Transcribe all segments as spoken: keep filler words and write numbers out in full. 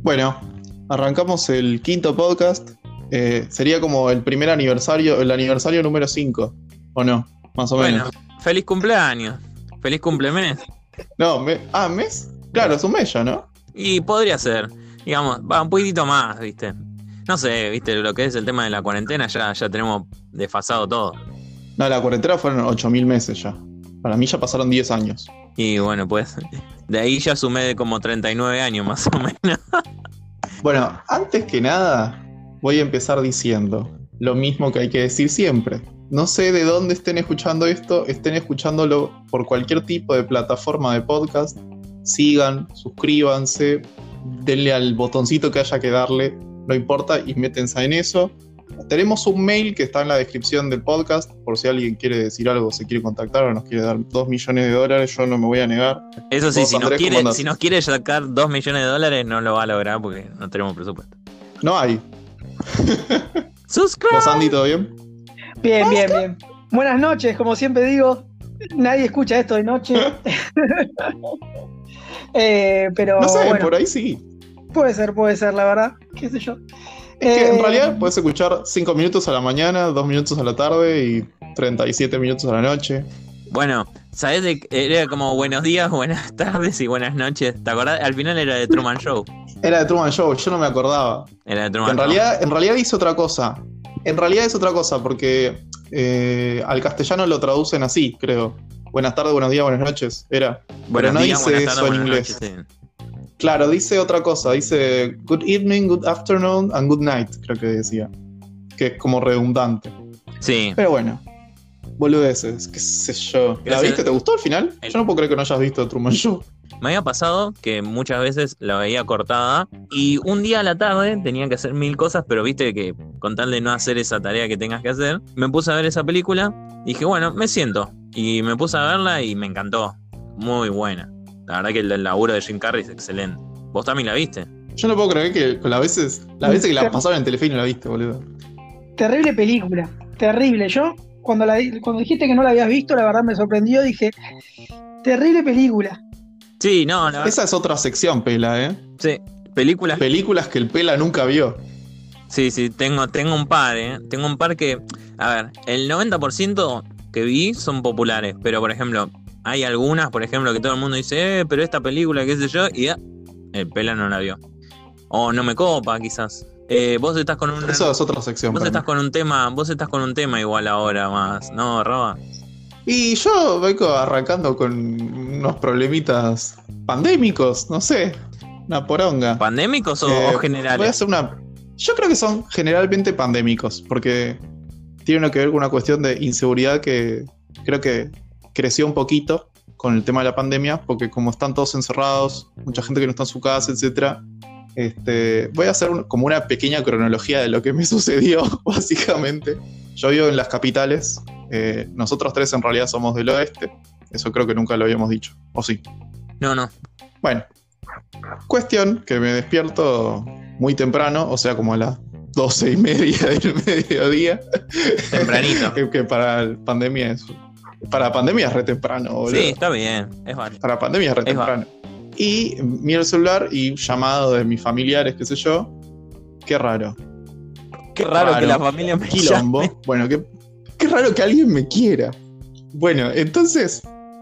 Bueno, arrancamos el quinto podcast. Eh, sería como el primer aniversario, el aniversario número cinco, ¿o no? Más o Bueno, menos. feliz cumpleaños. Feliz cumplemes. No, me, ah, ¿mes? Claro, es un mes ya, ¿no? Y podría ser, digamos, va un poquitito más, ¿viste? No sé, ¿viste? Lo que es el tema de la cuarentena, ya, ya tenemos desfasado todo. No, la cuarentena fueron ocho mil meses ya. Para mí ya pasaron diez años. Y bueno, pues, de ahí ya sumé de como treinta y nueve años más o menos. Bueno, antes que nada, voy a empezar diciendo lo mismo que hay que decir siempre. No sé de dónde estén escuchando esto, estén escuchándolo por cualquier tipo de plataforma de podcast. Sigan, suscríbanse, denle al botoncito que haya que darle, no importa, y métense en eso. Tenemos un mail que está en la descripción del podcast, por si alguien quiere decir algo, se quiere contactar o nos quiere dar dos millones de dólares, yo no me voy a negar. Eso sí, Vos, si nos, Andrés, ¿cómo quiere, andás? si nos quiere sacar dos millones de dólares, no lo va a lograr porque no tenemos presupuesto. No hay. ¡Suscribe! ¿Vos, Andy, todo bien? Bien, bien, bien. Buenas noches, como siempre digo. Nadie escucha esto de noche. eh, pero No sé, bueno, por ahí sí. puede ser, puede ser, la verdad. ¿Qué sé yo? Es que en Eh, realidad puedes escuchar cinco minutos a la mañana, dos minutos a la tarde y treinta y siete minutos a la noche. Bueno, ¿sabés? De, era como buenos días, buenas tardes y buenas noches. ¿Te acordás? Al final era de Truman Show. Era de Truman Show, yo no me acordaba. Era de Truman En Show. realidad, en realidad hice otra cosa. En realidad es otra cosa, porque eh, al castellano lo traducen así, creo. Buenas tardes, buenos días, buenas noches. Era. Buenos Pero no días, dice buenas eso tardes, en buenas inglés. noches. Sí. Claro, dice otra cosa. Dice good evening, good afternoon and good night, creo que decía. Que es como redundante. Sí. Pero bueno, boludeces, qué sé yo. ¿La Ese- viste? ¿Te gustó al final? el- Yo no puedo creer que no hayas visto Truman Show. Me había pasado que muchas veces la veía cortada y un día a la tarde tenía que hacer mil cosas, pero viste que con tal de no hacer esa tarea que tengas que hacer, me puse a ver esa película y dije, bueno, me siento. Y me puse a verla y me encantó. Muy buena. La verdad que el, el laburo de Jim Carrey es excelente. ¿Vos también la viste? Yo no puedo creer que con las veces, las veces que la pasaron en Telefe y no la viste, boludo. terrible película, terrible. Yo, cuando, la, di- cuando dijiste que no la habías visto, la verdad me sorprendió. Dije, terrible película. Sí, no, la Esa es otra sección, Pela, ¿eh? sí. Películas. Películas que el Pela nunca vio. Sí, sí, tengo, tengo un par, ¿eh? Tengo un par que, a ver, el noventa por ciento que vi son populares, pero por ejemplo, hay algunas, por ejemplo, que todo el mundo dice, eh, pero esta película, qué sé yo, y ah, el Pela no la vio. O no me copa, quizás. Eh, vos estás con un... Eso es otra sección. Vos para estás mí. con un tema, vos estás con un tema igual ahora más, ¿no, Roba? Y yo vengo arrancando con unos problemitas pandémicos, no sé. Una poronga. ¿Pandémicos o, Eh, o generales? Voy a hacer una. Yo creo que son generalmente pandémicos, porque tiene que ver con una cuestión de inseguridad que creo que creció un poquito con el tema de la pandemia, porque como están todos encerrados, mucha gente que no está en su casa, etcétera. Este, voy a hacer un- como una pequeña cronología de lo que me sucedió, básicamente. Yo vivo en las capitales. Eh, nosotros tres en realidad somos del oeste. Eso creo que nunca lo habíamos dicho. ¿O sí? No, no. Bueno, cuestión que me despierto muy temprano, o sea, como a las doce y media del mediodía. Tempranito. que, que para la pandemia es. Para la pandemia es re temprano, boludo. Sí, está bien, es válido. Para la pandemia es re Es temprano. Y miro el celular y llamado de mis familiares, qué sé yo. Qué raro. Qué raro, Raro. que la familia me Quilombo. llame. Bueno, qué, qué raro que alguien me quiera. Bueno, entonces,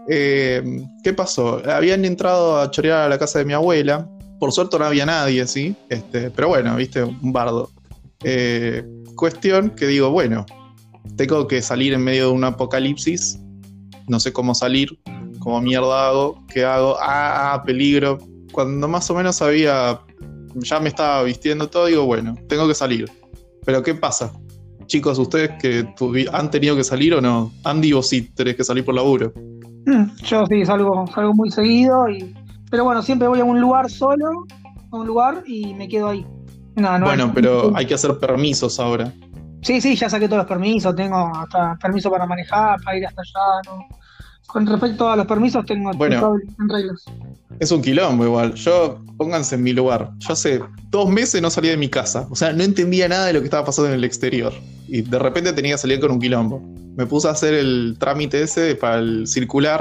eh, ¿qué pasó? Habían entrado a chorear a la casa de mi abuela. Por suerte no había nadie, ¿sí? Este, pero bueno, viste, un bardo. Eh, cuestión que digo, bueno, tengo que salir en medio de un apocalipsis. No sé cómo salir. ¿Cómo mierda hago? ¿Qué hago? Ah, peligro. Cuando más o menos había... Ya me estaba vistiendo todo, digo, bueno, tengo que salir. Pero ¿qué pasa? Chicos, ¿ustedes que tuvi- han tenido que salir o no? Andy, vos sí tenés que salir por laburo. Mm, Yo sí salgo, salgo muy seguido. Y, pero bueno, siempre voy a un lugar solo, a un lugar y me quedo ahí. No, no Bueno, hay- pero hay que hacer permisos ahora. Sí, sí, ya saqué todos los permisos, tengo hasta permiso para manejar, para ir hasta allá, ¿no? Con respecto a los permisos, tengo Bueno. todo en reglas. Es un quilombo igual. Yo, pónganse en mi lugar. Yo hace dos meses no salía de mi casa. O sea, no entendía nada de lo que estaba pasando en el exterior. Y de repente tenía que salir con un quilombo. Me puse a hacer el trámite ese para el circular.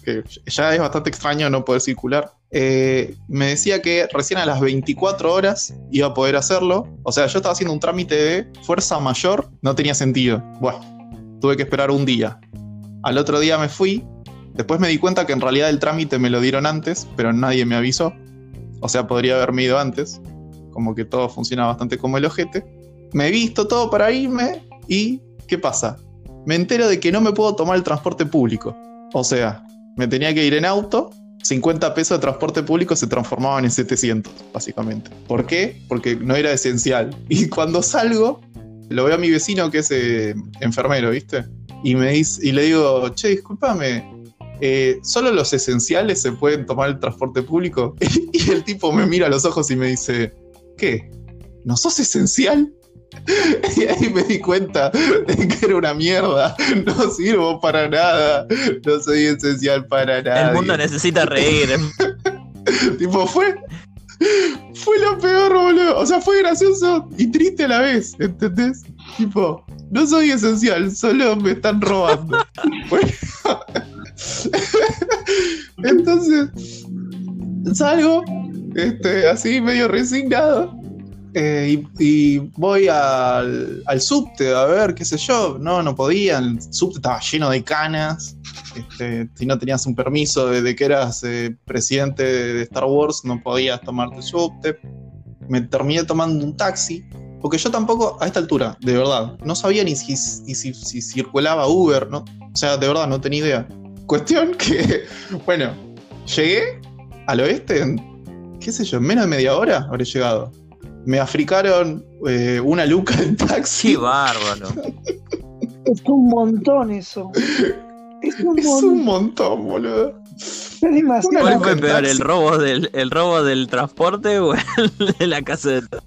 que ya es bastante extraño no poder circular. Eh, me decía que recién a las veinticuatro horas iba a poder hacerlo. O sea, yo estaba haciendo un trámite de fuerza mayor, no tenía sentido. Bueno, tuve que esperar un día. Al otro día me fui. Después me di cuenta que en realidad el trámite me lo dieron antes, pero nadie me avisó. O sea, podría haberme ido antes. Como que todo funciona bastante como el ojete. Me he visto todo para irme y ¿qué pasa? Me entero de que no me puedo tomar el transporte público. O sea, me tenía que ir en auto. cincuenta pesos de transporte público se transformaban en setecientos, básicamente. ¿Por qué? Porque no era esencial. Y cuando salgo, lo veo a mi vecino que es eh, enfermero, ¿viste? Y, me dice, y le digo, che, discúlpame, eh, ¿solo los esenciales se pueden tomar el transporte público? Y el tipo me mira a los ojos y me dice, ¿qué? ¿No sos esencial? Y ahí me di cuenta de que era una mierda. No sirvo para nada. No soy esencial para nada. El mundo necesita reír. Tipo, fue Fue lo peor, boludo. O sea, fue gracioso y triste a la vez, ¿entendés? Tipo, no soy esencial, solo me están robando. Bueno. Entonces salgo este, así medio resignado. Eh, y, y voy al, al subte a ver, qué sé yo. No, no podía. El subte estaba lleno de canas. Este, si no tenías un permiso de, de que eras eh, presidente de Star Wars, no podías tomarte el subte. Me terminé tomando un taxi. Porque yo tampoco, a esta altura, de verdad, no sabía ni si, ni si, si circulaba Uber, ¿no? O sea, de verdad, no tenía idea. Cuestión que, bueno, llegué al oeste en, qué sé yo, en menos de media hora habré llegado. Me africaron eh, una luca en taxi. ¡Qué bárbaro! Es un montón eso. Es un, es montón. un montón, boludo. Es demasiado. ¿Cuál fue peor, el robo del, el robo del transporte o el de la caseta?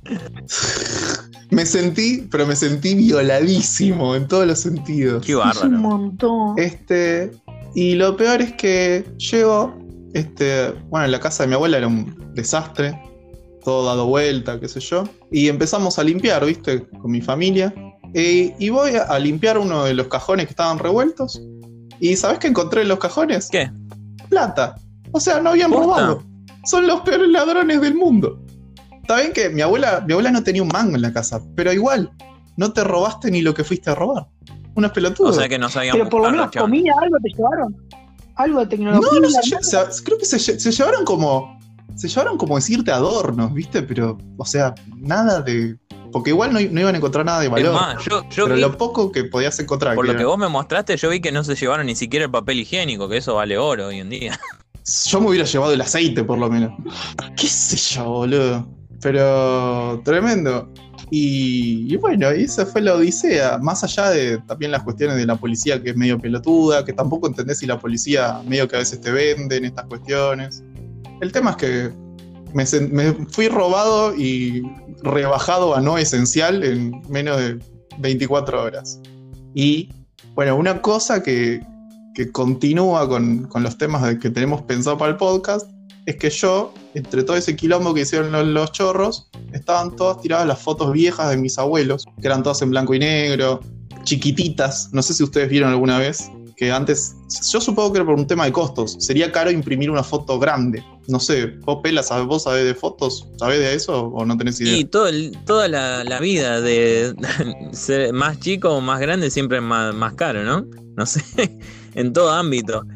Me sentí, pero me sentí violadísimo en todos los sentidos. ¡Qué bárbaro! Es un montón. Este, y lo peor es que llego, este, bueno, en la casa de mi abuela era un desastre. Todo dado vuelta, qué sé yo. Y empezamos a limpiar, ¿viste? Con mi familia. Eh, y voy a, a limpiar uno de los cajones que estaban revueltos. ¿Y sabés qué encontré en los cajones? ¿Qué? Plata. O sea, no habían ¿Posta? robado. Son los peores ladrones del mundo. Está bien que mi abuela, mi abuela no tenía un mango en la casa, pero igual, no te robaste ni lo que fuiste a robar. Unos pelotudos. O sea que no sabíamos. Pero por lo menos chaval. comida, algo te llevaron. Algo de tecnología. No, no se lle- o sea, creo que se, lle- se llevaron como. Se llevaron como decirte adornos, ¿viste? Pero, o sea, nada de. Porque igual no, no iban a encontrar nada de Es valor. más, yo, yo pero vi, lo poco que podías encontrar. por que lo que era- vos me mostraste, yo vi que no se llevaron ni siquiera el papel higiénico, que eso vale oro hoy en día. Yo me hubiera llevado el aceite, por lo menos. ¿Qué sé yo, boludo? Pero tremendo. Y, y bueno, esa fue la odisea. Más allá de también las cuestiones de la policía, que es medio pelotuda, que tampoco entendés si la policía medio que a veces te venden estas cuestiones. El tema es que me, sen- me fui robado y rebajado a no esencial en menos de veinticuatro horas. Y bueno, una cosa que, que continúa con, con los temas de que tenemos pensado para el podcast es que yo, entre todo ese quilombo que hicieron los, los chorros, estaban todas tiradas las fotos viejas de mis abuelos, que eran todas en blanco y negro, chiquititas. No sé si ustedes vieron alguna vez, que antes, yo supongo que era por un tema de costos, sería caro imprimir una foto grande. No sé, vos Pela, ¿sabés, vos sabés de fotos? ¿Sabés de eso o no tenés idea? Y todo el- toda la, la vida de ser más chico o más grande siempre es más, más caro, ¿no? No sé, en todo ámbito.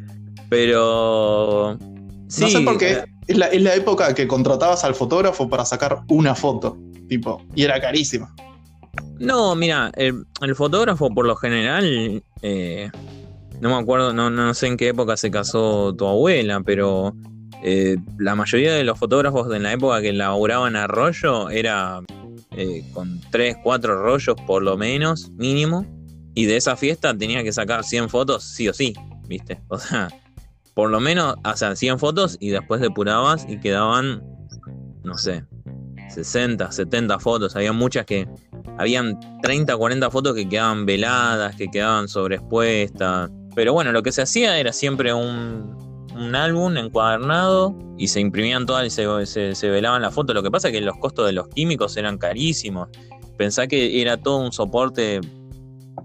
Pero... Sí, no sé por qué, eh, es la, es la época que contratabas al fotógrafo para sacar una foto, tipo, y era carísima. no, mira, el, el fotógrafo por lo general, eh, no me acuerdo, no, no sé en qué época se casó tu abuela, pero eh, la mayoría de los fotógrafos en la época que laburaban a rollo era eh, con tres, cuatro rollos por lo menos, mínimo, y de esa fiesta tenía que sacar cien fotos sí o sí, ¿viste? O sea, por lo menos, o sea, cien fotos y después depurabas y quedaban, no sé, sesenta, setenta fotos. Había muchas que, habían treinta, cuarenta fotos que quedaban veladas, que quedaban sobreexpuestas. Pero bueno, lo que se hacía era siempre un, un álbum encuadernado y se imprimían todas y se, se, se velaban las fotos. Lo que pasa es que los costos de los químicos eran carísimos. Pensá que era todo un soporte,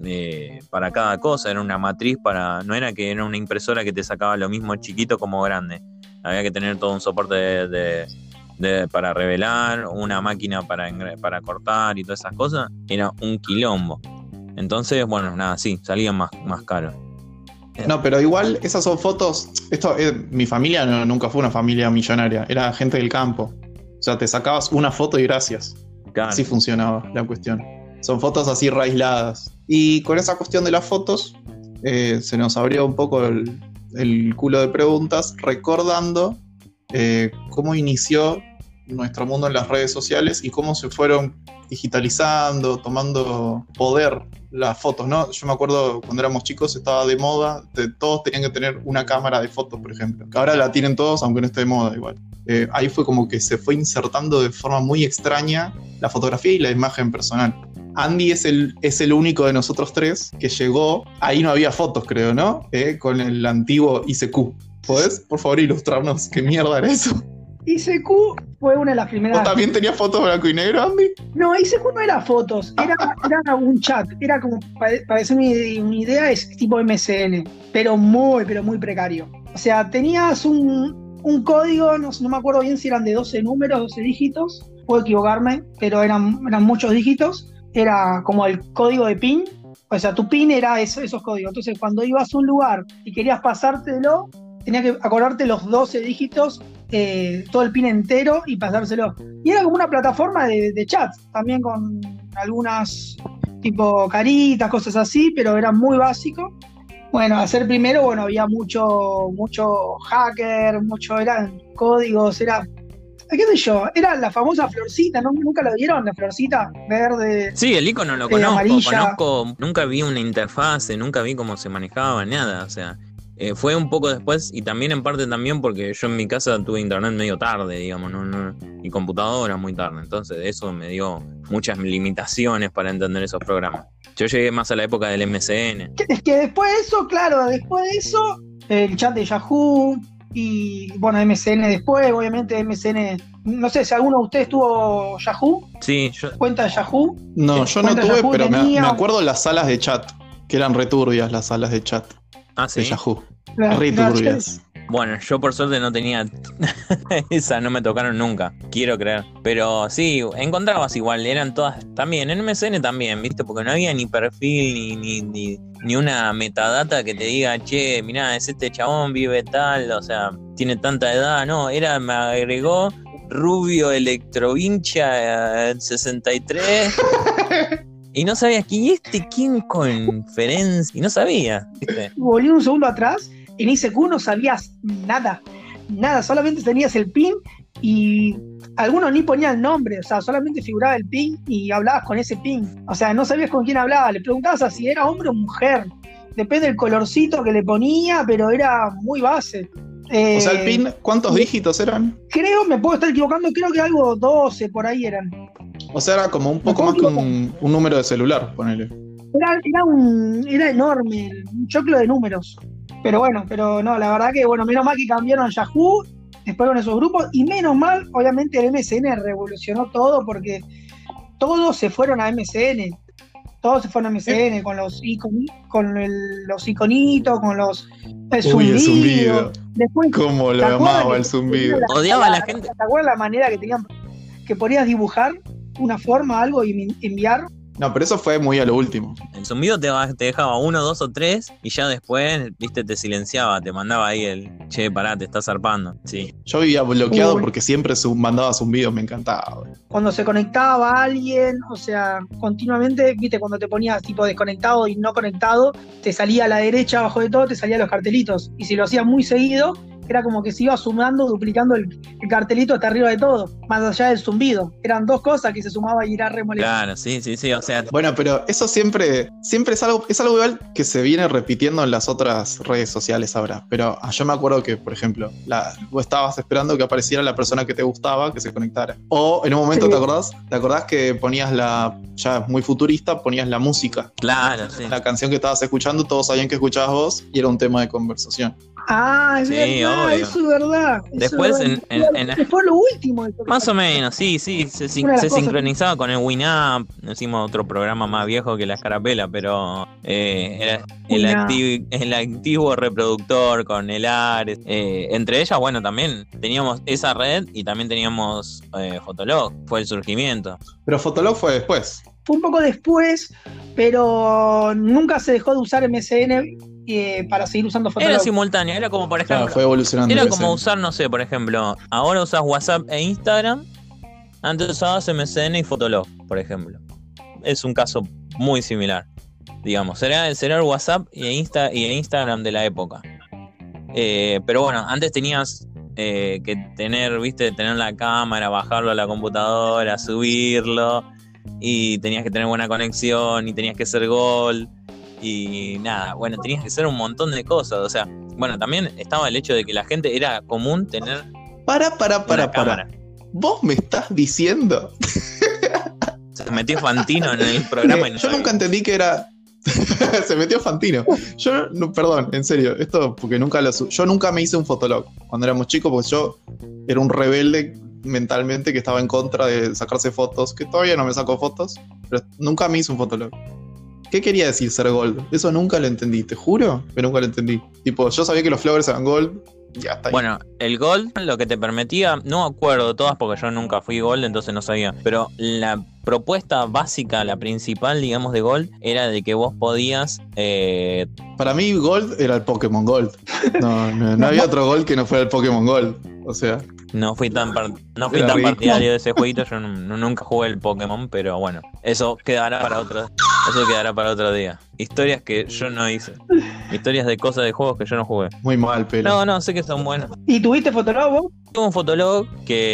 eh, para cada cosa, era una matriz para, no era que era una impresora que te sacaba lo mismo chiquito como grande, había que tener todo un soporte de, de, de, para revelar, una máquina para, para cortar y todas esas cosas, era un quilombo. Entonces, bueno, nada, sí, salían más, más caros. No, pero igual esas son fotos. Esto, eh, mi familia no, nunca fue una familia millonaria, era gente del campo. O sea, te sacabas una foto y gracias. Claro. Así funcionaba la cuestión. Son fotos así aisladas. Y con esa cuestión de las fotos, eh, se nos abrió un poco el, el culo de preguntas, recordando eh, cómo inició nuestro mundo en las redes sociales y cómo se fueron digitalizando, tomando poder las fotos, ¿no? Yo me acuerdo cuando éramos chicos estaba de moda, de, todos tenían que tener una cámara de fotos, por ejemplo. Ahora la tienen todos, aunque no esté de moda igual. Eh, ahí fue como que se fue insertando de forma muy extraña la fotografía y la imagen personal. Andy es el, es el único de nosotros tres que llegó, ahí no había fotos creo, ¿no? Eh, con el antiguo I C Q. ¿Podés, por favor, ilustrarnos qué mierda era eso? I C Q fue una de las primeras. ¿Vos también tenías fotos blanco y negro, Andy? No, I C Q no era fotos, era, era un chat, era como, para, para hacer una, una idea, es tipo M S N, pero muy, pero muy precario. O sea, tenías un, un código, no, no me acuerdo bien si eran de doce números, doce dígitos, puedo equivocarme, pero eran, eran muchos dígitos, era como el código de PIN, o sea, tu PIN era eso, esos códigos. Entonces, cuando ibas a un lugar y querías pasártelo, tenías que acordarte los doce dígitos, eh, todo el PIN entero y pasárselo. Y era como una plataforma de, de chat, también con algunas tipo caritas, cosas así, pero era muy básico. Bueno, hacer primero, bueno, había mucho, mucho hacker, mucho, eran códigos, era, qué sé yo, era la famosa florcita, ¿no? ¿Nunca la vieron? La florcita verde. Sí, el icono lo eh, conozco, amarilla. conozco, nunca vi una interfase, nunca vi cómo se manejaba, nada, o sea, eh, fue un poco después y también en parte también porque yo en mi casa tuve internet medio tarde, digamos, no, no, y computadora muy tarde, entonces eso me dio muchas limitaciones para entender esos programas. Yo llegué más a la época del M S N. Es que después de eso, claro, después de eso, el chat de Yahoo y, bueno, M S N después, obviamente M S N, no sé si alguno de ustedes tuvo Yahoo, Sí, yo, cuenta de Yahoo. No, yo no Cuenta tuve, Yahoo pero me, tenía- me acuerdo las salas de chat, que eran returbias las salas de chat ah, de sí. Yahoo. La- Returbias. Bueno, yo por suerte no tenía esa, no me tocaron nunca, quiero creer. Pero sí, encontrabas igual, eran todas también, en M S N también, ¿viste? Porque no había ni perfil ni, ni, ni, ni una metadata que te diga, che, mirá, es este chabón, vive tal, o sea, tiene tanta edad, no, era, me agregó Rubio Electrovincha eh, sesenta y tres. Y no sabías quién este, quién conferencia, y no sabía, ¿viste? Volví un segundo atrás, en I C Q no sabías nada, nada, solamente tenías el PIN y algunos ni ponían el nombre, o sea, solamente figuraba el PIN y hablabas con ese PIN, o sea, no sabías con quién hablabas, le preguntabas a si era hombre o mujer, depende del colorcito que le ponía, pero era muy base. Eh, O sea, el PIN, ¿cuántos dígitos eran? Creo, me puedo estar equivocando, creo que algo doce por ahí eran. O sea, era como un poco más que un, un número de celular, ponele. Era, era, un, era enorme, un choclo de números. Pero bueno, pero no, la verdad que, bueno, menos mal que cambiaron Yahoo, después con esos grupos, y menos mal, obviamente, el M S N revolucionó todo porque todos se fueron a M S N. Todos se fueron a M S N con los icon, con el, los iconitos, con los el Uy, zumbido. el zumbido. Después, Cómo ¿te lo acuerdas amaba que el zumbido. la- Odiaba a la gente. ¿Te acuerdas la manera que tenían, que podías dibujar una forma, algo y enviar? No, pero eso fue muy a lo último. El zumbido te, va- te dejaba uno, dos o tres y ya después, viste, te silenciaba, te mandaba ahí el, che, pará, te estás zarpando. Sí. Yo vivía bloqueado Uy. porque siempre su- mandaba zumbidos, me encantaba. güey. Cuando se conectaba alguien, o sea, continuamente, viste, cuando te ponías tipo desconectado y no conectado, te salía a la derecha, abajo de todo, te salían los cartelitos. Y si lo hacías muy seguido, era como que se iba sumando, duplicando el, el cartelito hasta arriba de todo, más allá del zumbido. Eran dos cosas que se sumaba y era re molesto. Claro, sí, sí, sí, o sea, Bueno, pero eso siempre, siempre es algo, es algo igual que se viene repitiendo en las otras redes sociales ahora. Pero ah, yo me acuerdo que, por ejemplo, la, vos estabas esperando que apareciera la persona que te gustaba, que se conectara. O en un momento, Sí. ¿te acordás? ¿Te acordás que ponías la, ya muy futurista, ponías la música? claro, sí. La canción que estabas escuchando, todos sabían que escuchabas vos y era un tema de conversación. Ah, es Sí, verdad, obvio. eso es verdad. eso Después, es verdad. en- en- en- Que fue lo último. de Más o Pokémon. menos, sí, sí, se, sin- Una de las se cosas- sincronizaba con el Winamp, decimos otro programa más viejo que la Escarapela, pero eh, era el, Winamp. acti- el activo reproductor con el Ares. Eh, entre ellas, bueno, también teníamos esa red y también teníamos eh, Fotolog, fue el surgimiento. Pero Fotolog fue después. Fue un poco después, pero nunca se dejó de usar M S N eh, para seguir usando Era Fotolog. simultáneo, era como por ejemplo, Claro, fue evolucionando. era el como M S N. usar, no sé, por ejemplo, ahora usas WhatsApp e Instagram, antes usabas M S N y Fotolog, por ejemplo. Es un caso muy similar, digamos. Será, será el WhatsApp y el, Insta, y el Instagram de la época. Eh, pero bueno, antes tenías eh, que tener, viste, tener la cámara, bajarlo a la computadora, subirlo, y tenías que tener buena conexión, y tenías que ser Gold, y nada, bueno, tenías que hacer un montón de cosas. O sea, bueno, también estaba el hecho de que la gente era común tener Para, para, una para, cámara. para. ¿Vos me estás diciendo? Se metió Fantino en el programa y Eh, no yo sabía. nunca entendí que era. Se metió Fantino. Yo, no, perdón, en serio, esto porque nunca lo su- Yo nunca me hice un Fotolog cuando éramos chicos, porque yo era un rebelde mentalmente que estaba en contra de sacarse fotos, que todavía no me saco fotos, pero nunca me hice un Fotolog. ¿Qué quería decir ser Gold? Eso nunca lo entendí, te juro que nunca lo entendí. Tipo, yo sabía que los flowers eran Gold, ya está ahí. Bueno, el Gold lo que te permitía, no me acuerdo todas porque yo nunca fui Gold, entonces no sabía, pero la propuesta básica, la principal, digamos, de Gold, era de que vos podías... Eh, Para mí Gold era el Pokémon Gold. No, no, no había otro Gold que no fuera el Pokémon Gold. O sea, no fui tan, par- no fui Era tan ridículo. partidario de ese jueguito, yo no- no- nunca jugué el Pokémon, pero bueno, eso quedará para otro, eso quedará para otro día. Historias que yo no hice, historias de cosas de juegos que yo no jugué. muy mal, pero. No, no, sé que son buenos. ¿Y tuviste Fotolog vos? Tuve un Fotolog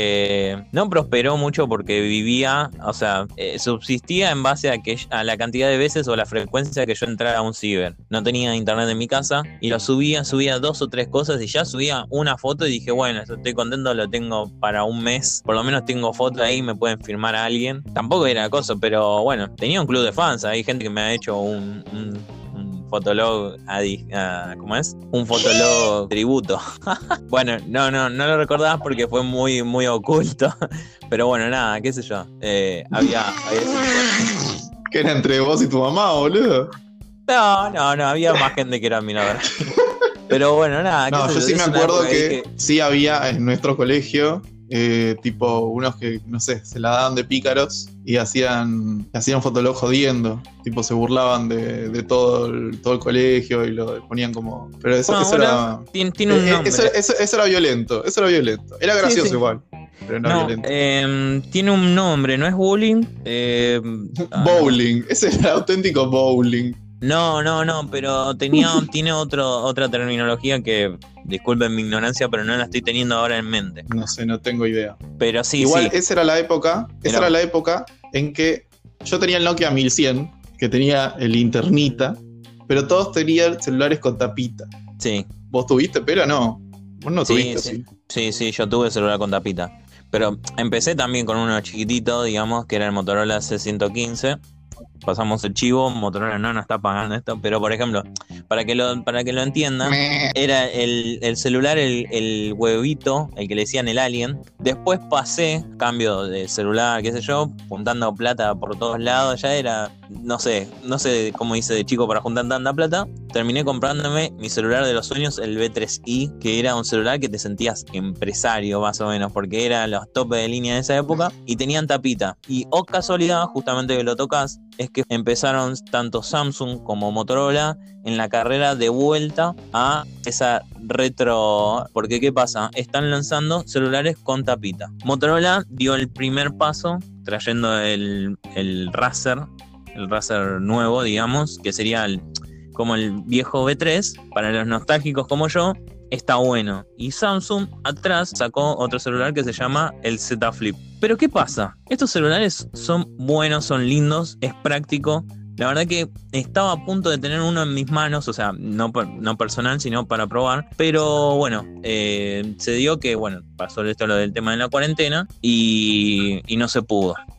que no prosperó mucho porque vivía, o sea, eh, subsistía en base a que a la cantidad de veces o la frecuencia que yo entrara a un ciber. No tenía internet en mi casa y lo subía, subía dos o tres cosas y ya subía una foto y dije, bueno, estoy contento, lo tengo para un mes. Por lo menos tengo foto ahí, me pueden firmar a alguien. Tampoco era cosa, pero bueno, tenía un club de fans. Hay gente que me ha hecho un... un un Fotolog, adi- ah, ¿cómo es? Un Fotolog tributo. Bueno, no, no, no lo recordabas porque fue muy, muy oculto. Pero bueno, nada, qué sé yo. Eh, había, había ese- Que era entre vos y tu mamá, boludo. No, no, no, había más gente que era admiradora. Pero bueno, nada, qué No, sé yo sí es me una acuerdo época que, ahí sí había en nuestro colegio, eh, tipo, unos que, no sé, se la daban de pícaros y hacían, hacían Fotolog jodiendo. Tipo, se burlaban de, de todo, el, todo el colegio y lo ponían como. Pero eso, Bueno, eso bueno, era. tiene, tiene un eh, nombre. Eso, eso- eso era violento, eso era violento. Era Sí, gracioso sí. igual, pero no, No, violento. eh, tiene un nombre, no es bullying. eh, ah, no. Bowling, ese era auténtico bowling. No, no, no, pero tenía, tiene otro, otra terminología que, disculpen mi ignorancia, pero no la estoy teniendo ahora en mente. No sé, no tengo idea. Pero sí, Igual sí. esa era la época, esa Era- era la época en que yo tenía el Nokia mil cien, que tenía el Internita, pero todos tenían celulares con tapita. Sí, ¿Vos tuviste, pero no? Vos no Sí, tuviste, sí. sí. sí, sí, yo tuve celular con tapita. Pero empecé también con uno chiquitito, digamos, que era el Motorola C ciento quince. Pasamos el chivo, Motorola no nos está pagando esto, pero por ejemplo, para que lo, para que lo entiendan, Meh. era el, el celular, el, el huevito, el que le decían el alien. Después pasé, cambio de celular, qué sé yo, juntando plata por todos lados. Ya era, no sé, no sé cómo hice de chico para juntar tanta plata. Terminé comprándome mi celular de los sueños, el B tres i, que era un celular que te sentías empresario más o menos, porque era los topes de línea de esa época y tenían tapita. Y oh casualidad, justamente que lo tocas, es que empezaron tanto Samsung como Motorola en la carrera de vuelta a esa retro. Porque ¿qué pasa? Están lanzando celulares con tapita. Motorola dio el primer paso trayendo el, el Razer, el Razer nuevo, digamos, que sería el, como el viejo B tres. Para los nostálgicos como yo, está bueno. Y Samsung atrás sacó otro celular que se llama el Z Flip. Pero ¿qué pasa? Estos celulares son buenos, son lindos, es práctico. La verdad que estaba a punto de tener uno en mis manos, o sea, no, no personal, sino para probar. Pero bueno, eh, se dio que, bueno, pasó esto lo del tema de la cuarentena y, y no se pudo.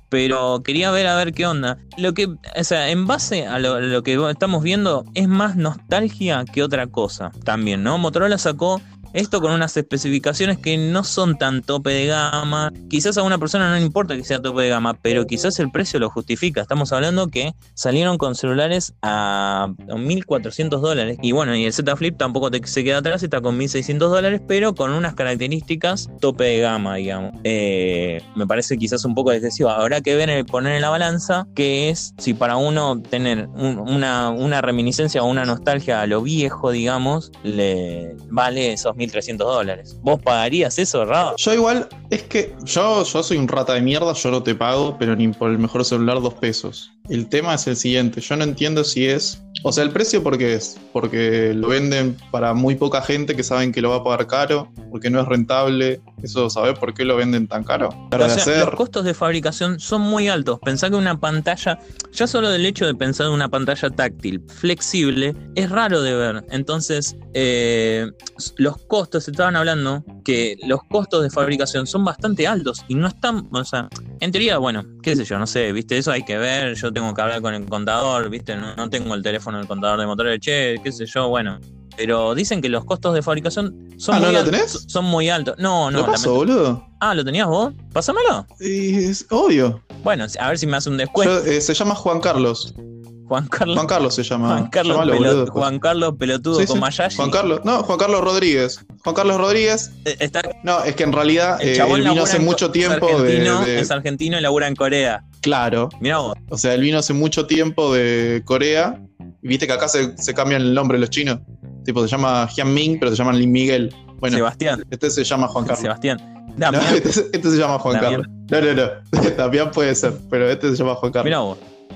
pero quería ver a ver qué onda. Lo que, o sea, en base a lo, lo que estamos viendo, es más nostalgia que otra cosa también, ¿no? Motorola sacó esto con unas especificaciones que no son tan tope de gama. Quizás a una persona no le importa que sea tope de gama, pero quizás el precio lo justifica. Estamos hablando que salieron con celulares a mil cuatrocientos dólares. Y bueno, y el Z Flip tampoco te, se queda atrás, está con mil seiscientos dólares, pero con unas características tope de gama, digamos. Eh, me parece quizás un poco excesivo. Habrá que ver, poner en la balanza qué es, si para uno tener un, una, una reminiscencia o una nostalgia a lo viejo, digamos, le vale esos mil trescientos dólares. ¿Vos pagarías eso, Rado? Yo igual, es que yo, yo soy un rata de mierda, yo no te pago, pero ni por el mejor celular dos pesos. El tema es el siguiente, yo no entiendo si es... O sea, el precio, ¿por qué es? Porque lo venden para muy poca gente que saben que lo va a pagar caro, porque no es rentable. ¿Eso sabés por qué lo venden tan caro? Para o sea, hacer... los costos de fabricación son muy altos. Pensá que una pantalla, ya solo del hecho de pensar en una pantalla táctil, flexible, es raro de ver. Entonces, eh, los costos, estaban hablando que los costos de fabricación son bastante altos y no están, o sea, en teoría, bueno, qué sé yo, no sé, viste, eso hay que ver, yo tengo que hablar con el contador, viste, no, no tengo el teléfono del contador de Motorola, che, qué sé yo, bueno. Pero dicen que los costos de fabricación son, ah, muy, ¿no lo altos, tenés? son muy altos. No, no. ¿Lo paso, boludo? Ah, ¿lo tenías vos? Pásamelo. Es obvio. Bueno, a ver si me hace un descuento. Yo, eh, se llama Juan Carlos. Juan Carlos. Juan Carlos se llama. Juan Carlos, Llamalo, pelot, boludo, Juan Carlos pelotudo sí, con sí. Mayashi. Juan Carlos, no, Juan Carlos Rodríguez. Juan Carlos Rodríguez. Eh, Está, no, es que en realidad el eh, chabón él vino hace en, mucho tiempo es argentino, de, de... Es argentino y labura en Corea. Claro. Mirá vos. O sea, él vino hace mucho tiempo de Corea. Y viste que acá se, se cambian el nombre de los chinos. Tipo, se llama Jian Ming, pero se llaman Lin Miguel. Bueno, Sebastián. Este se llama Juan Carlos. Sebastián. No, este, este se llama Juan Damián. Carlos. No, no, no. Damián puede ser, pero este se llama Juan Carlos. Mirá vos.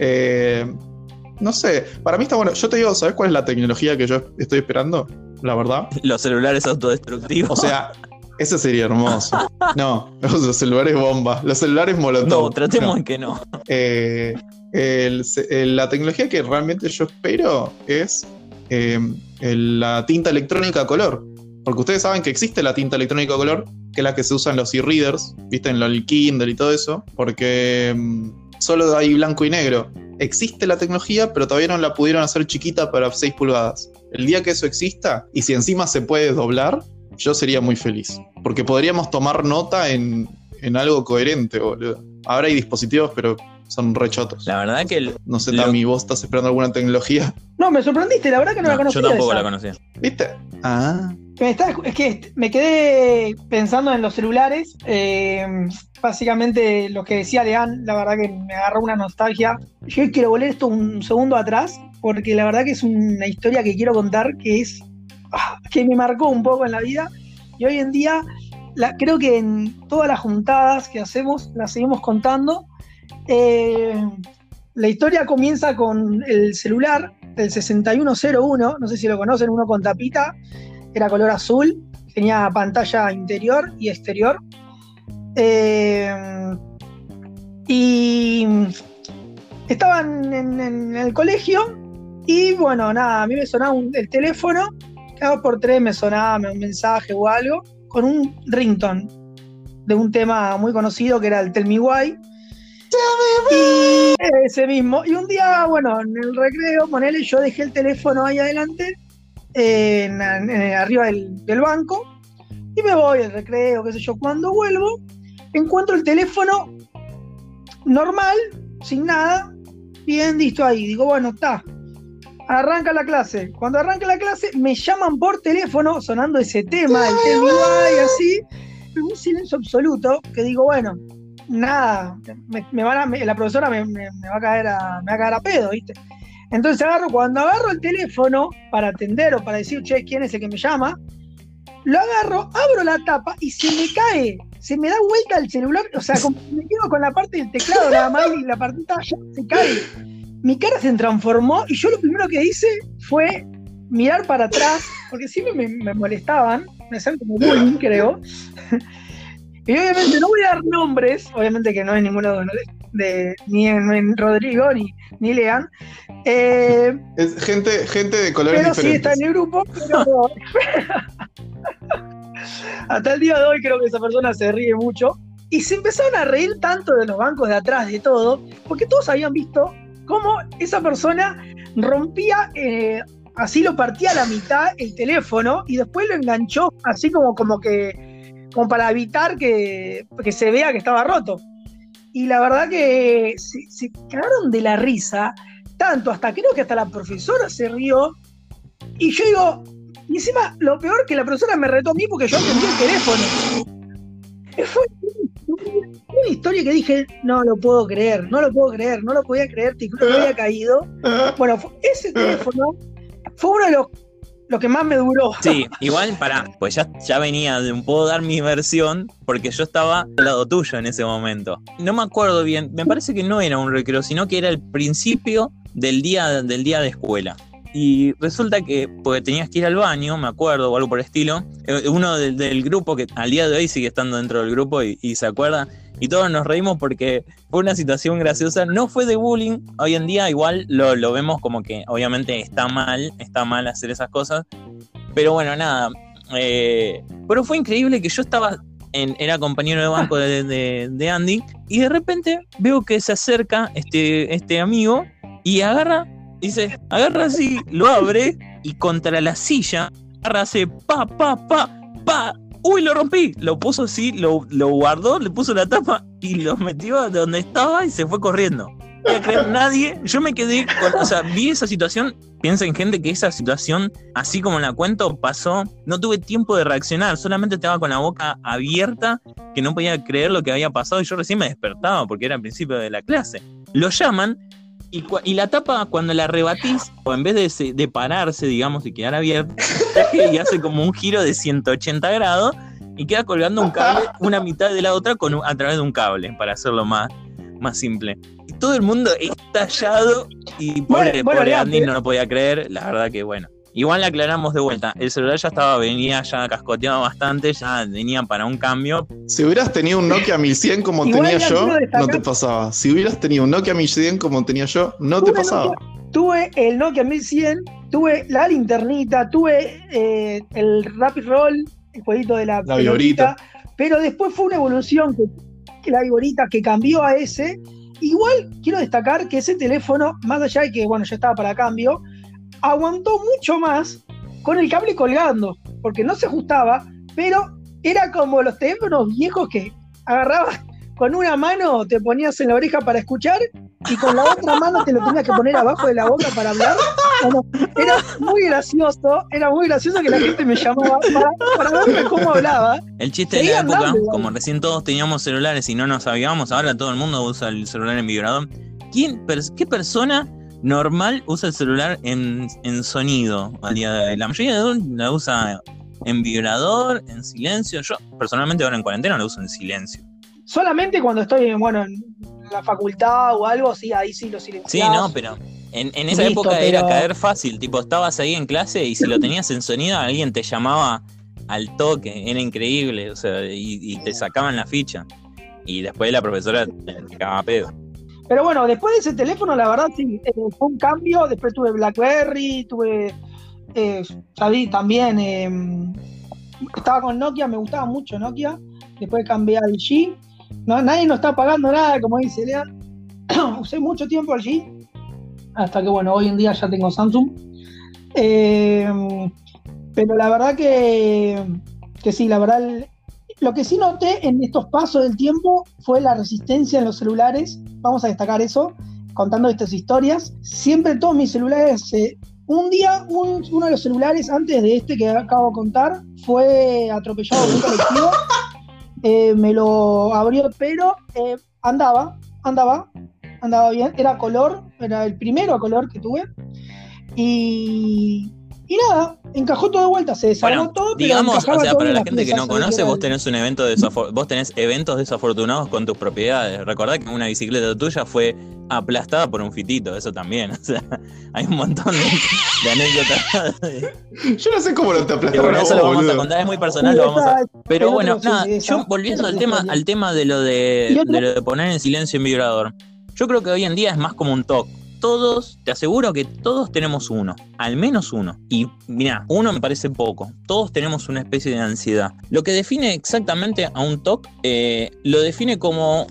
Eh, no sé, para mí está bueno. Yo te digo, ¿sabes cuál es la tecnología que yo estoy esperando? La verdad. Los celulares autodestructivos. O sea, ese sería hermoso. No, los celulares bomba. Los celulares molotov. No, tratemos no. de que no. Eh, el, el, la tecnología que realmente yo espero es eh, el, la tinta electrónica a color. Porque ustedes saben que existe la tinta electrónica a color, que es la que se usa en los e-readers, ¿viste? En el Kindle y todo eso, porque um, solo hay blanco y negro. Existe la tecnología, pero todavía no la pudieron hacer chiquita para seis pulgadas. El día que eso exista, y si encima se puede doblar, yo sería muy feliz. Porque podríamos tomar nota en, en algo coherente, boludo. Ahora hay dispositivos, pero son rechotos. La verdad que... El, no sé, Tami, lo... ¿vos estás esperando alguna tecnología? No, me sorprendiste, la verdad que no, no la conocía. Yo tampoco esa. la conocía. ¿Viste? Ah... Me está, es que me quedé pensando en los celulares. Eh, básicamente lo que decía Leán, la verdad que me agarró una nostalgia. Yo quiero volver esto un segundo atrás, porque la verdad que es una historia que quiero contar que es ah, que me marcó un poco en la vida. Y hoy en día la, creo que en todas las juntadas que hacemos las seguimos contando. Eh, la historia comienza con el celular del sesenta y uno cero uno, no sé si lo conocen, uno con tapita. Era color azul, tenía pantalla interior y exterior. Eh, y estaban en, en el colegio y bueno, nada, a mí me sonaba un, el teléfono, cada por tres me sonaba un mensaje o algo, con un ringtone de un tema muy conocido que era el Tell Me Why. Y ese mismo. Y un día, bueno, en el recreo, ponele, yo dejé el teléfono ahí adelante, En, en, en, arriba del, del banco, y me voy al recreo, qué sé yo. Cuando vuelvo, encuentro el teléfono normal, sin nada, bien listo ahí. Digo, bueno, está, arranca la clase. Cuando arranca la clase, me llaman por teléfono, sonando ese tema, el tema y así, en un silencio absoluto, que digo, bueno, nada, me, me van a, me, la profesora me, me, me va a caer a, me va a caer a pedo, ¿viste? Entonces agarro, cuando agarro el teléfono para atender o para decir, che, ¿quién es el que me llama? Lo agarro, abro la tapa y se me cae, se me da vuelta el celular, o sea, como me quedo con la parte del teclado nada más y la partita ya se cae. Mi cara se transformó y yo lo primero que hice fue mirar para atrás, porque siempre me, me molestaban, me hacían como bullying, creo. Y obviamente no voy a dar nombres, obviamente que no hay ninguno de, de ni en, en Rodrigo ni, ni Lean. Eh, es gente, gente de colores pero diferentes. Pero sí está en el grupo, pero hasta el día de hoy creo que esa persona se ríe mucho. Y se empezaron a reír tanto de los bancos de atrás, de todo, porque todos habían visto cómo esa persona rompía, eh, así lo partía a la mitad el teléfono y después lo enganchó así como, como que como para evitar que, que se vea que estaba roto. Y la verdad que se, se cagaron de la risa, tanto, hasta creo que hasta la profesora se rió. Y yo digo, y encima lo peor que la profesora me retó a mí porque yo atendí el teléfono. Fue una historia que dije, no lo puedo creer, no lo puedo creer, no lo podía creer, te juro que había caído. Bueno, ese teléfono fue uno de los, los que más me duró. Sí, igual, pará, pues ya, ya venía, de, puedo dar mi versión, porque yo estaba al lado tuyo en ese momento. No me acuerdo bien, me parece que no era un recreo, sino que era el principio del día, del día de escuela. Y resulta que, porque tenías que ir al baño, me acuerdo, o algo por el estilo, uno del, del grupo, que al día de hoy sigue estando dentro del grupo y, y se acuerda, y todos nos reímos porque fue una situación graciosa, no fue de bullying, hoy en día igual lo, lo vemos como que obviamente está mal, está mal hacer esas cosas, pero bueno, nada, eh, pero fue increíble que yo estaba, en, era compañero de banco de, de, de Andy, y de repente veo que se acerca este, este amigo y agarra, dice, agarra así, lo abre y contra la silla, agarra así, pa, pa, pa, pa, uy, lo rompí, lo puso así, lo, lo guardó, le puso la tapa y lo metió de donde estaba y se fue corriendo. No voy a creer nadie, yo me quedé, con, o sea, vi esa situación, piensen gente que esa situación, así como la cuento, pasó, no tuve tiempo de reaccionar, solamente estaba con la boca abierta, que no podía creer lo que había pasado y yo recién me despertaba porque era el principio de la clase. Lo llaman. Y, cu- y la tapa, cuando la rebatís, o en vez de, se- de pararse, digamos, y quedar abierta, y hace como un giro de ciento ochenta grados y queda colgando un cable, una mitad de la otra con un- a través de un cable, para hacerlo más, más simple. Y todo el mundo estallado y pobre, Bueno, bueno, pobre ya, Andy pero- no lo podía creer, la verdad que bueno. Igual le aclaramos de vuelta, el celular ya estaba, venía ya cascoteado bastante, ya venía para un cambio. Si hubieras tenido un Nokia mil cien como Igual tenía ya yo, quiero destacar- no te pasaba. Si hubieras tenido un Nokia mil cien como tenía yo, no te Tuve pasaba. Nokia- tuve el Nokia mil cien, tuve la linternita, tuve eh, el Rapid Roll, el jueguito de la, La pelotita, viborita. pero después fue una evolución que, que la viborita que cambió a ese. Igual quiero destacar que ese teléfono, más allá de que bueno ya estaba para cambio, aguantó mucho más con el cable colgando, porque no se ajustaba, pero era como los teléfonos viejos que agarrabas con una mano, te ponías en la oreja para escuchar y con la otra mano te lo tenías que poner abajo de la boca para hablar. Bueno, era muy gracioso, era muy gracioso que la gente me llamaba para, para verme cómo hablaba. El chiste de Seguía la época, andando, igual. como recién todos teníamos celulares y no nos sabíamos, ahora todo el mundo usa el celular en vibrador. ¿Quién, per- ¿Qué persona normal usa el celular en, en sonido al día de hoy? La mayoría de adultos la usa en vibrador, en silencio. Yo personalmente ahora en cuarentena lo uso en silencio. Solamente cuando estoy bueno, en la facultad o algo, sí, ahí sí lo silenciaba. Sí, no, pero en, en esa Listo, época pero- era caer fácil. Tipo, estabas ahí en clase y si lo tenías en sonido, alguien te llamaba al toque. Era increíble, o sea, y, y te sacaban la ficha. Y después la profesora te, te cagaba a pedo. Pero bueno, después de ese teléfono, la verdad sí, eh, fue un cambio. Después tuve BlackBerry, tuve, eh, ya vi también, eh, estaba con Nokia, me gustaba mucho Nokia. Después cambié al G. No, nadie nos está pagando nada, como dice Lea. Usé mucho tiempo al G, hasta que bueno, hoy en día ya tengo Samsung. Eh, pero la verdad que, que sí, la verdad, el- lo que sí noté en estos pasos del tiempo fue la resistencia en los celulares. Vamos a destacar eso, contando estas historias. Siempre todos mis celulares, eh, un día un- uno de los celulares antes de este que acabo de contar fue atropellado por un colectivo. Eh, me lo abrió, pero eh, andaba, andaba, andaba bien. Era color, era el primero color que tuve. Y, y nada, encajó todo de vuelta, se desarmó Bueno, todo, pero digamos, o encajaba sea, todo para en la la gente que pieza, no se ve conoce, era vos el- tenés un evento desafor- vos tenés eventos desafortunados con tus propiedades. Recordá que una bicicleta tuya fue aplastada por un fitito, eso también. O sea, hay un montón de, de anécdotas. Yo no sé cómo lo te Y aplastaron bueno, a eso vos, lo vamos a boludo. contar, es muy personal, lo vamos a. Esa- Pero el bueno, otro, nada, sí, esa- yo volviendo esa al es la tema, historia. al tema de lo de, Y otro- de lo de poner en silencio en vibrador. Yo creo que hoy en día es más como un toque. todos, te aseguro que todos tenemos uno, al menos uno. Y mira, uno me parece poco. Todos tenemos una especie de ansiedad. Lo que define exactamente a un T O C, eh, lo define como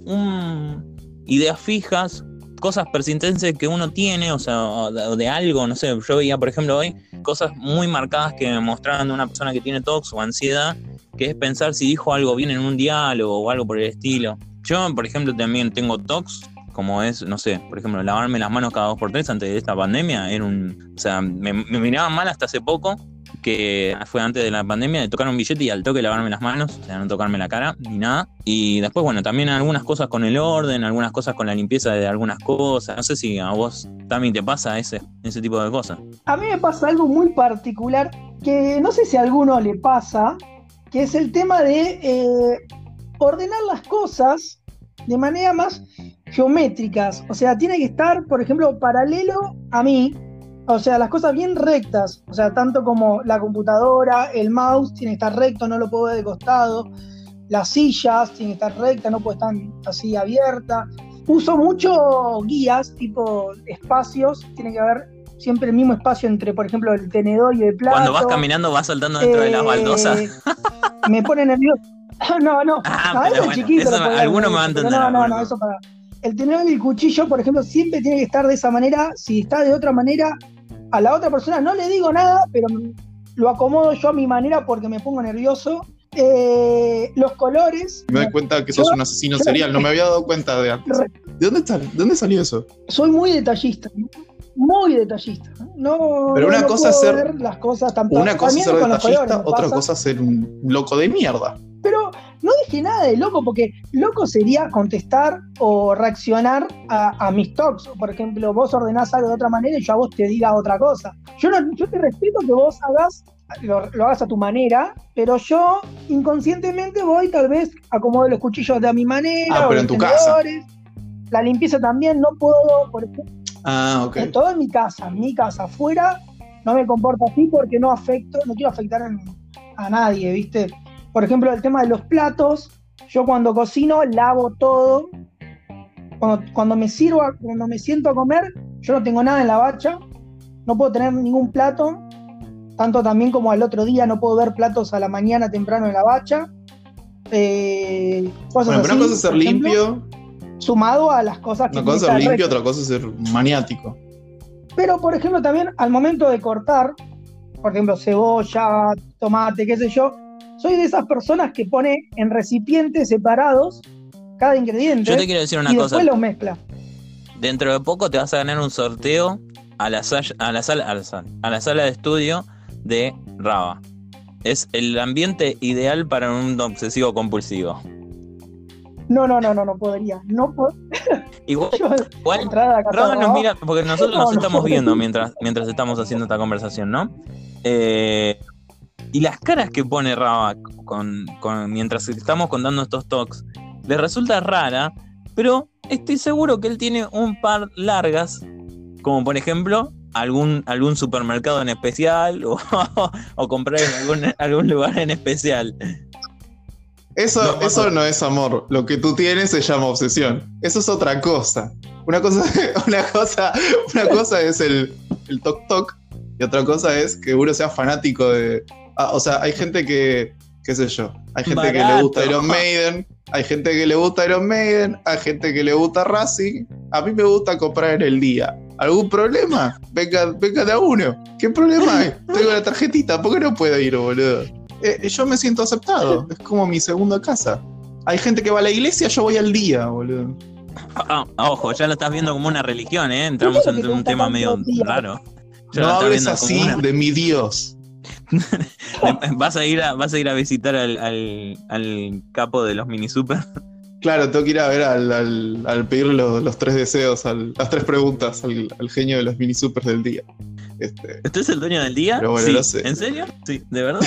un ideas fijas, cosas persistentes que uno tiene, o sea, o de algo, no sé, yo veía, por ejemplo, hoy, cosas muy marcadas que me mostraban de una persona que tiene T O C o ansiedad, que es pensar si dijo algo bien en un diálogo o algo por el estilo. Yo, por ejemplo, también tengo T O C, como es, no sé, por ejemplo, lavarme las manos cada dos por tres antes de esta pandemia, era un, o sea, me, me miraban mal hasta hace poco, que fue antes de la pandemia, de tocar un billete y al toque lavarme las manos, o sea, no tocarme la cara ni nada. Y después, bueno, también algunas cosas con el orden, algunas cosas con la limpieza de algunas cosas. No sé si a vos también te pasa ese, ese tipo de cosas. A mí me pasa algo muy particular que no sé si a alguno le pasa, que es el tema de eh, ordenar las cosas de manera más geométricas. O sea, tiene que estar, por ejemplo, paralelo a mí. O sea, las cosas bien rectas, o sea, tanto como la computadora, el mouse tiene que estar recto, no lo puedo ver de costado, las sillas tienen que estar rectas, no puede estar así abierta. Uso mucho guías, tipo espacios, tiene que haber siempre el mismo espacio entre, por ejemplo, el tenedor y el plato. Cuando vas caminando vas saltando dentro eh, de las baldosas. Me pone nervioso. No, no, ah, no, pero eso bueno, chiquito. Eso, alguno me va a entender. No, no, no, eso para... El tenedor y el cuchillo, por ejemplo, siempre tiene que estar de esa manera. Si está de otra manera, a la otra persona no le digo nada, pero lo acomodo yo a mi manera porque me pongo nervioso. Eh, los colores... Me doy cuenta que sos yo, un asesino yo, serial, no me había dado cuenta de antes. ¿De dónde, está, ¿De dónde salió eso? Soy muy detallista, muy detallista. No, pero una no cosa es ser... ver las cosas tan una cosa es ser detallista, colores, otra cosa es ser un loco de mierda. Pero no dije nada de loco, porque loco sería contestar o reaccionar a, a mis talks. Por ejemplo, vos ordenás algo de otra manera y yo a vos te diga otra cosa. Yo, no, yo te respeto que vos hagas, lo, lo hagas a tu manera, pero yo inconscientemente voy, tal vez acomodo los cuchillos de a mi manera. Ah, pero en tu casa. La limpieza también, no puedo, por ejemplo. Ah, ok. Todo en mi casa, en mi casa. Afuera no me comporto así porque no afecto, no quiero afectar a, a nadie, ¿viste? Por ejemplo, el tema de los platos, yo cuando cocino lavo todo. Cuando, cuando me sirvo, cuando me siento a comer, yo no tengo nada en la bacha, no puedo tener ningún plato, tanto también como al otro día no puedo ver platos a la mañana temprano en la bacha. Eh, cosas bueno, pero así, una cosa es ser ejemplo, limpio. Sumado a las cosas que... Una cosa es ser limpio, otra cosa es ser maniático. Pero, por ejemplo, también al momento de cortar, por ejemplo, cebolla, tomate, qué sé yo, soy de esas personas que pone en recipientes separados cada ingrediente. Yo te quiero decir una y cosa. Después los mezcla. Dentro de poco te vas a ganar un sorteo a la, sala, a la, sala, a la, sala, a la sala de estudio de Raba. Es el ambiente ideal para un obsesivo compulsivo. No, no, no, no, no podría. No puedo. Igual, igual Raba nos mira, porque nosotros no, nos estamos no viendo mientras, mientras estamos haciendo esta conversación, ¿no? Eh... Y las caras que pone Raba con, con, mientras estamos contando estos talks, le resulta rara, pero estoy seguro que él tiene un par largas, como por ejemplo algún, algún supermercado en especial o, o comprar en algún, algún lugar en especial. Eso no, eso no es amor. Lo que tú tienes se llama obsesión. Eso es otra cosa. Una cosa, una cosa, una cosa es el, el toc toc y otra cosa es que uno sea fanático de... Ah, o sea, hay gente que, qué sé yo, hay gente Barato. que le gusta Iron Maiden, hay gente que le gusta Iron Maiden, hay gente que le gusta Racing, a mí me gusta comprar en el día. ¿Algún problema? Venga, venga de a uno. ¿Qué problema hay? Tengo la tarjetita, ¿por qué no puedo ir, boludo? Eh, yo me siento aceptado, es como mi segunda casa. Hay gente que va a la iglesia, yo voy al día, boludo. Ah, ojo, ya lo estás viendo como una religión, ¿eh? Entramos en un tema medio raro. Ya no hables así una... de mi Dios. ¿Vas a ir a, vas a ir a visitar al, al, al capo de los mini super? Claro, tengo que ir a ver al, al, al pedir los, los tres deseos, al, las tres preguntas al, al genio de los mini supers del día. Este, ¿Usted es el dueño del día? Pero bueno, sí. no sé. ¿En serio? Sí, ¿de verdad?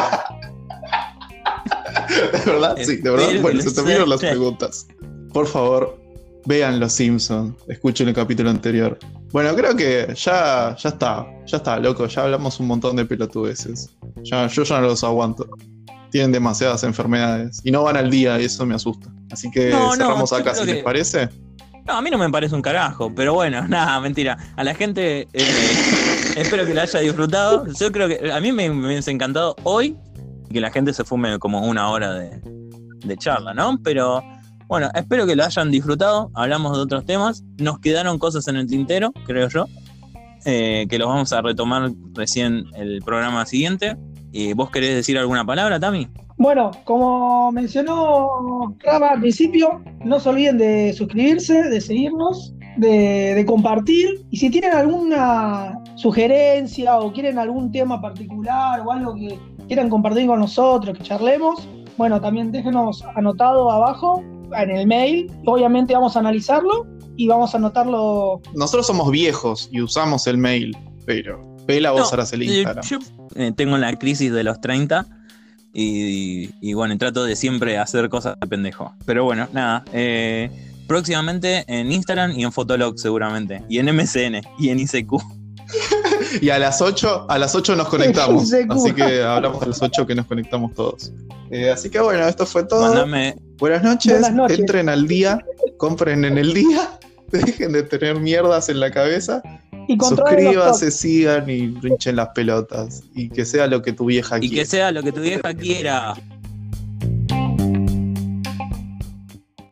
¿De verdad? Sí, de verdad. Bueno, se terminaron las preguntas. Por favor, vean Los Simpsons, escuchen el capítulo anterior. Bueno, creo que ya, ya está, ya está, loco, ya hablamos un montón de pelotudeces. Ya, yo ya no los aguanto. Tienen demasiadas enfermedades y no van al día y eso me asusta. Así que no, cerramos no, acá, si que... les parece. No, a mí no me parece un carajo, pero bueno, nada, mentira. A la gente eh, espero que la haya disfrutado. Yo creo que a mí me, me hubiese encantado hoy que la gente se fume como una hora de, de charla, ¿no? Pero bueno, espero que lo hayan disfrutado. Hablamos de otros temas. Nos quedaron cosas en el tintero, creo yo, eh, que los vamos a retomar recién el programa siguiente. ¿Y vos querés decir alguna palabra, Tami? Bueno, como mencionó Rama al principio, no se olviden de suscribirse, de seguirnos, de, de compartir. Y si tienen alguna sugerencia o quieren algún tema particular o algo que quieran compartir con nosotros, que charlemos, bueno, también déjenos anotado abajo en el mail. Obviamente vamos a analizarlo y vamos a anotarlo. Nosotros somos viejos y usamos el mail, pero Pela, vos No, harás el eh, Instagram. Yo eh, tengo la crisis de los treinta y, y, y bueno, trato de siempre hacer cosas de pendejo. Pero bueno, nada. Eh, próximamente en Instagram y en Fotolog seguramente. Y en M S N y en I C Q. Y a las ocho, a las ocho nos conectamos. Así que hablamos a las ocho que nos conectamos todos. Eh, así que bueno, esto fue todo. Mándame. Buenas noches, Buenas noches. Entren al día, compren en el día, dejen de tener mierdas en la cabeza, Y controlen los suscríbanse, toques. sigan y rinchen las pelotas. Y que sea lo que tu vieja Y quiera. que sea lo que tu vieja quiera.